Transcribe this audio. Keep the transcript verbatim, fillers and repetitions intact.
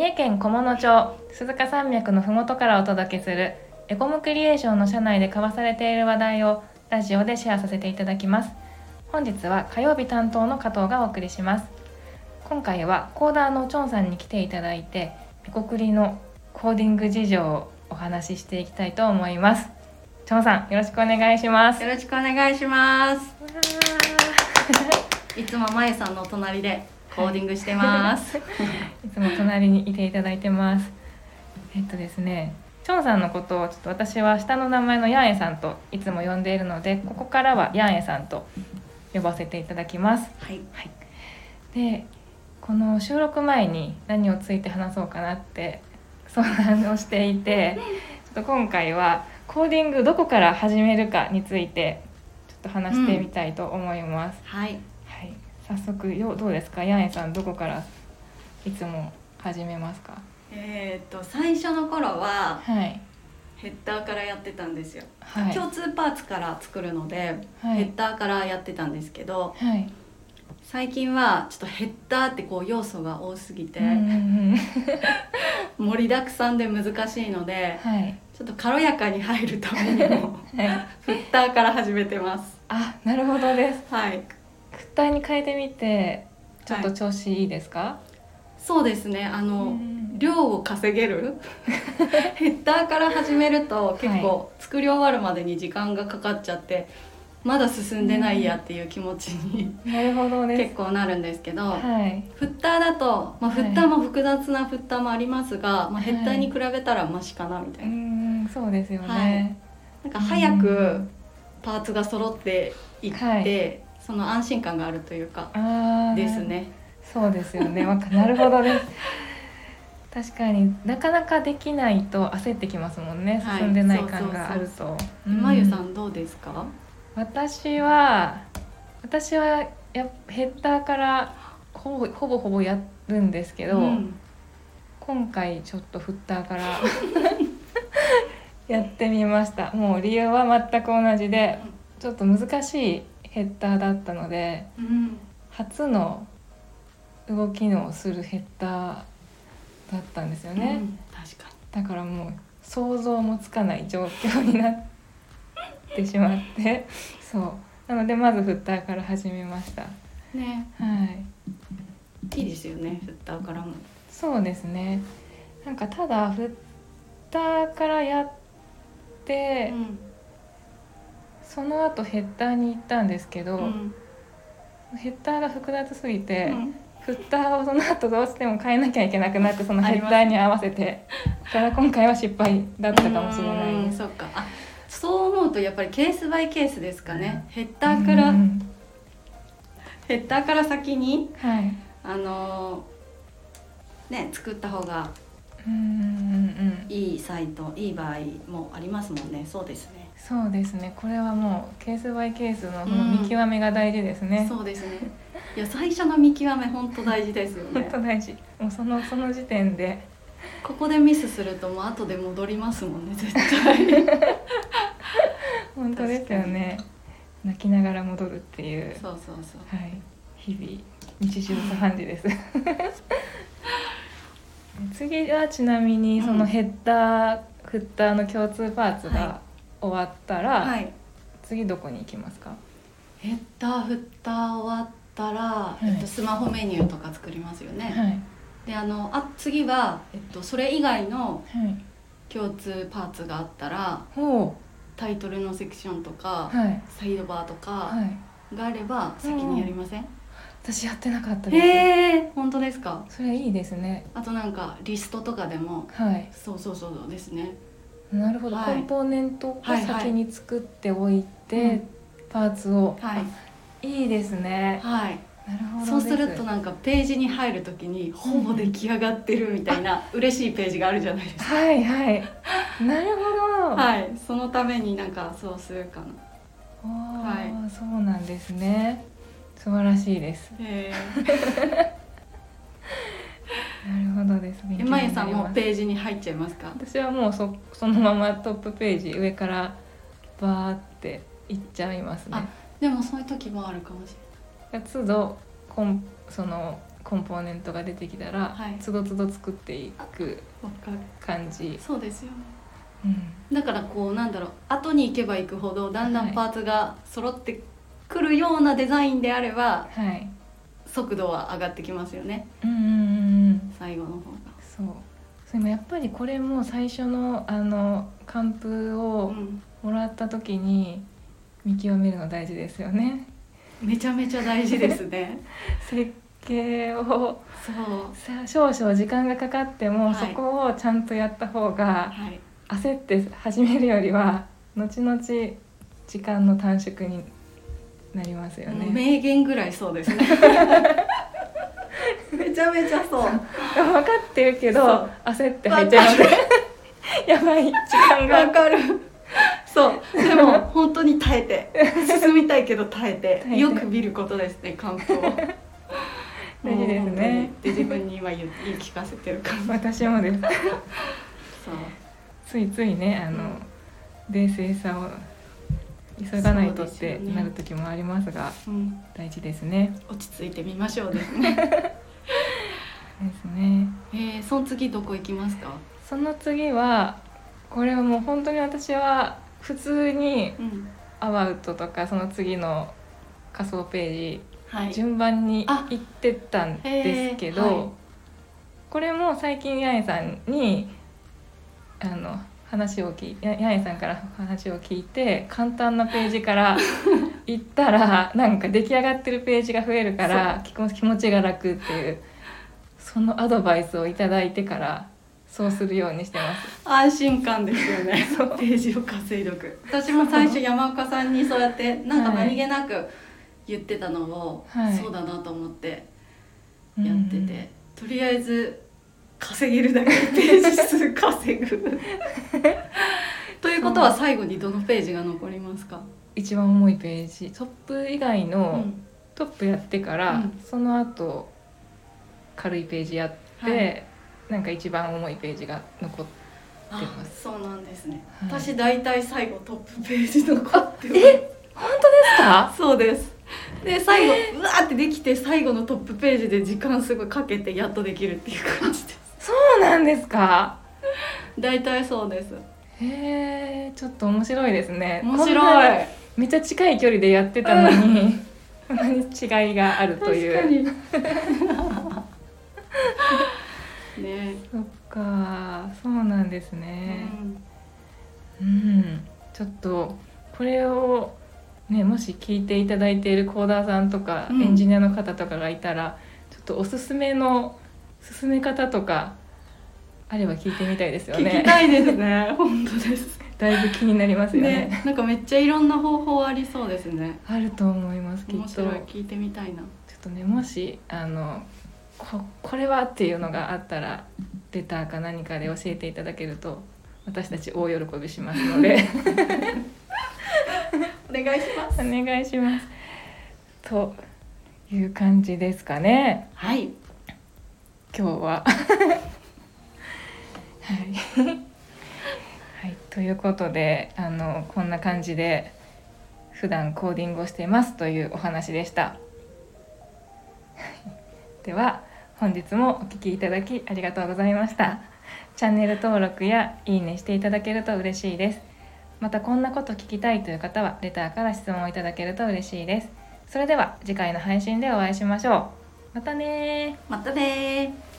三重県菰野町鈴鹿山脈のふもとからお届けするエコムクリエーションの社内で交わされている話題をラジオでシェアさせていただきます。本日は火曜日担当の加藤がお送りします。今回はコーダーのチョンさんに来ていただいてエコクリのコーディング事情をお話ししていきたいと思います。チョンさんよろしくお願いします。 よろしくお願いしますいつもまゆさんの隣でコーディングしてます、はい、 いつも隣にいていただいてます。えっとですねチョンさんのことをちょっと私は下の名前のヤンエさんといつも呼んでいるので、ここからはヤンエさんと呼ばせていただきます。 はい、 はい、でこの収録前に何をついて話そうかなって相談をしていてちょっと今回はコーディングどこから始めるかについてちょっと話してみたいと思います。 うん、はい、 はい、早速よどうですか、ヤンエさんどこからいつも始めますか？ えー、と最初の頃ははい、 ヘッダーからやってたんですよ、 はい、 共通パーツから作るので、 はい、 ヘッダーからやってたんですけど、 はい、 最近はちょっとヘッダーってこう要素が多すぎて、 うんうんうん盛りだくさんで難しいので、 はい、 ちょっと軽やかに入るためにも、はい、フッターから始めてます。 あ、なるほどです。 はい、 フッターに変えてみてちょっと調子いいですか？はい、 そうですね、あの量を稼げるヘッダーから始めると結構作り終わるまでに時間がかかっちゃって、まだ進んでないやっていう気持ちになるほどです。 結構なるんですけど、 はい、 フッターだと、まあ、フッターも複雑なフッターもありますが、まあ、ヘッダーに比べたらマシかなみたいな、 はい、うんそうですよね、 はい、なんか早くパーツが揃っていって、はい、その安心感があるというかですね。 そうですよね。なるほどです確かになかなかできないと焦ってきますもんね、進んでない感があると。 まゆさんどうですか？ 私は私はやヘッダーからほぼほぼほぼやるんですけど、うん、今回ちょっとフッターからやってみました。もう理由は全く同じで、ちょっと難しいヘッダーだったので、うん、初の動きのするヘッダーだったんですよね、うん、 確かに。 だからもう想像もつかない状況になってしまってそうなのでまずフッターから始めましたね。 はい、 いいですよね、フッターからも。 そうですね。なんかただフッターからやって、うん、その後ヘッダーに行ったんですけど、うん、ヘッダーが複雑すぎて、うん、フッターをその後どうしても変えなきゃいけなくなって、そのヘッダーに合わせてだから今回は失敗だったかもしれないです。 そうか。あ、そう思うとやっぱりケースバイケースですかね。ヘッダーからヘッダーから先に、はい、あのね作った方がいいサイト、いい場合もありますもんね。そうですね。 そうですね。これはもうケースバイケースのその見極めが大事ですね。 うん、そうですね。いや最初の見極め本当大事ですよね。 本当大事。もうそのその時点でここでミスするともう後で戻りますもんね、絶対。 本当ですよね。泣きながら戻るっていう。 そうそうそう。 はい。日々日常茶飯事です。次はちなみにそのヘッダー、うん、フッターの共通パーツが終わったら、はい、次どこに行きますか？ ヘッダーフッター終わったら、はい、えっと、スマホメニューとか作りますよね。はい、であのあ次は、えっと、それ以外の共通パーツがあったら、はい、タイトルのセクションとか、はい、サイドバーとかがあれば先にやりません？ 私やってなかったです。 へー、本当ですか？ それいいですね。 あとなんかリストとかでも、はい、そうそうそうですね。 なるほど、はい、コンポーネントを先に作っておいて、はいはい、パーツを、はい、いいですね。 はい、なるほど。そうするとなんかページに入るときにほぼ出来上がってるみたいな嬉しいページがあるじゃないですか。 はいはい。なるほど。 はい、そのためになんかそうするかな。 あ、はい、そうなんですね。素晴らしいです。 へなるほどですね。 まゆさんもページに入っちゃいますか？ 私はもう そ, そのままトップページ上からバーっていっちゃいますね。 あ、でもそういう時もあるかもしれない。 都度コンそのコンポーネントが出てきたら、はい、つどつど作っていく感じ。 そうですよね、 うん、 だからこうなんだろう、後に行けば行くほどだんだんパーツが揃ってくるようなデザインであれば、 はい、 速度は上がってきますよね、 うんうんうん、 最後の方が。 そう、それもやっぱりこれも最初のあの完封をもらった時に見極めるの大事ですよね。 めちゃめちゃ大事ですね設計をそう少々時間がかかっても、はい、そこをちゃんとやった方が、はい、焦って始めるよりは後々時間の短縮になりますよね。 名言ぐらいそうですねめちゃめちゃそう分かってるけど焦って入っちゃいますやばい時間が分かるそうでも本当に耐えて進みたいけど耐えて耐えてよく見ることですね、完封を大事ですねで自分に今言い聞かせてるから私もですそうついついねあの、うん、冷静さを急がないとってなる時もありますが、す、ねうん、大事ですね。 落ち着いてみましょうですねですね、 えー、その次どこ行きますか？ その次はこれはもう本当に私は普通にアバウトとかその次の仮想ページ、はい、順番に行ってたんですけど、はい、これも最近八重さんにあの話を聞いて八重さんから話を聞いて簡単なページから行ったらなんか出来上がってるページが増えるから気持ちが楽っていうそのアドバイスをいただいてからそうするようにしてます。 安心感ですよねページを稼いどく。私も最初山岡さんにそうやってなんか何気なく言ってたのを、はい、そうだなと思ってやってて、うん、とりあえず稼げるだけでページ数稼ぐということは最後にどのページが残りますか？ 一番重いページ、トップ以外の、うん、トップやってから、うん、その後軽いページやって、はい、なんか一番重いページが残ってます。 そうなんですね、はい、私大体最後トップページ残ってます。 え、本当ですか？ そうです。で最後、えー、うわーってできて最後のトップページで時間すごいかけてやっとできるっていう感じです。 そうなんですか？ 大体そうです。 へえ、ちょっと面白いですね。 面白い。 めっちゃ近い距離でやってたのにこんなに違いがあるという。確かにね。 そっか、そうなんですね。うん、うん、ちょっとこれをね、もし聞いていただいているコーダーさんとか、うん、エンジニアの方とかがいたらちょっとおすすめの進め方とかあれば聞いてみたいですよね。 聞きたいですね本当です。 だいぶ気になりますよね。 ね、なんかめっちゃいろんな方法ありそうですね。 あると思います。きっと面白い、聞いてみたいな。ちょっとね、もしあの こ, これはっていうのがあったらレターか何かで教えていただけると私たち大喜びしますのでお願いします。 お願いしますという感じですかね。 はい、 今日ははい、はい、ということであのこんな感じで普段コーディングをしていますというお話でした。では本日もお聞きいただきありがとうございました。チャンネル登録やいいねしていただけると嬉しいです。またこんなこと聞きたいという方はレターから質問をいただけると嬉しいです。それでは次回の配信でお会いしましょう。またねまたね